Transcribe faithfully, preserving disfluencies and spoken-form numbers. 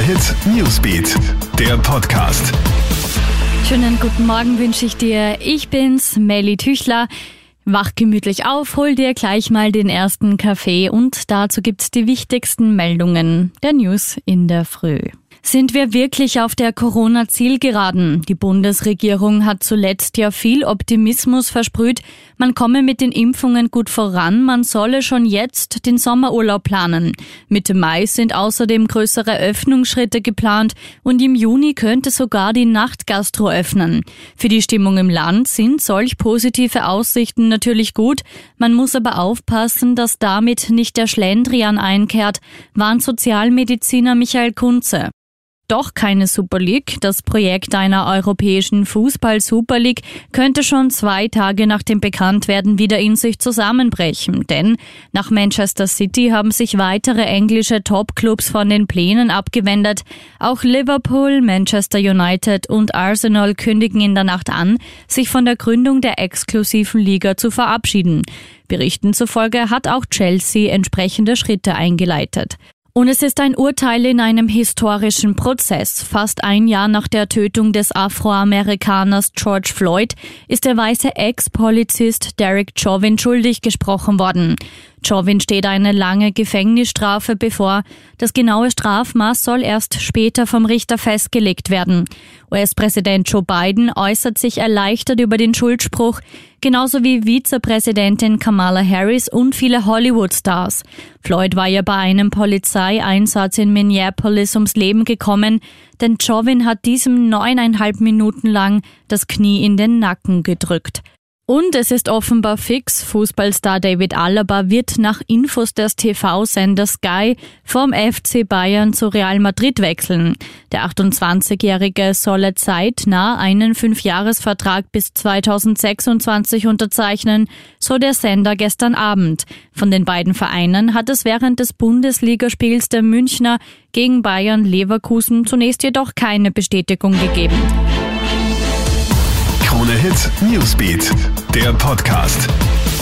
Hit Newsbeat, der Podcast. Schönen guten Morgen wünsche ich dir. Ich bin's, Melly Tüchler. Wach gemütlich auf, hol dir gleich mal den ersten Kaffee und dazu gibt's die wichtigsten Meldungen der News in der Früh. Sind wir wirklich auf der Corona-Zielgeraden? Die Bundesregierung hat zuletzt ja viel Optimismus versprüht. Man komme mit den Impfungen gut voran, man solle schon jetzt den Sommerurlaub planen. Mitte Mai sind außerdem größere Öffnungsschritte geplant und im Juni könnte sogar die Nachtgastro öffnen. Für die Stimmung im Land sind solch positive Aussichten natürlich gut. Man muss aber aufpassen, dass damit nicht der Schlendrian einkehrt, warnt Sozialmediziner Michael Kunze. Doch keine Super League. Das Projekt einer europäischen Fußball-Super League könnte schon zwei Tage nach dem Bekanntwerden wieder in sich zusammenbrechen. Denn nach Manchester City haben sich weitere englische Top-Clubs von den Plänen abgewendet. Auch Liverpool, Manchester United und Arsenal kündigen in der Nacht an, sich von der Gründung der exklusiven Liga zu verabschieden. Berichten zufolge hat auch Chelsea entsprechende Schritte eingeleitet. Und es ist ein Urteil in einem historischen Prozess. Fast ein Jahr nach der Tötung des Afroamerikaners George Floyd ist der weiße Ex-Polizist Derek Chauvin schuldig gesprochen worden. Chauvin steht eine lange Gefängnisstrafe bevor. Das genaue Strafmaß soll erst später vom Richter festgelegt werden. U S-Präsident Joe Biden äußert sich erleichtert über den Schuldspruch, genauso wie Vizepräsidentin Kamala Harris und viele Hollywood-Stars. Floyd war ja bei einem Polizeieinsatz in Minneapolis ums Leben gekommen, denn Chauvin hat diesem neuneinhalb Minuten lang das Knie in den Nacken gedrückt. Und es ist offenbar fix, Fußballstar David Alaba wird nach Infos des T V-Senders Sky vom F C Bayern zu Real Madrid wechseln. Der achtundzwanzigjährige solle zeitnah einen Fünfjahresvertrag bis zweitausendsechsundzwanzig unterzeichnen, so der Sender gestern Abend. Von den beiden Vereinen hat es während des Bundesligaspiels der Münchner gegen Bayern Leverkusen zunächst jedoch keine Bestätigung gegeben. Krone Hit Newsbeat, der Podcast.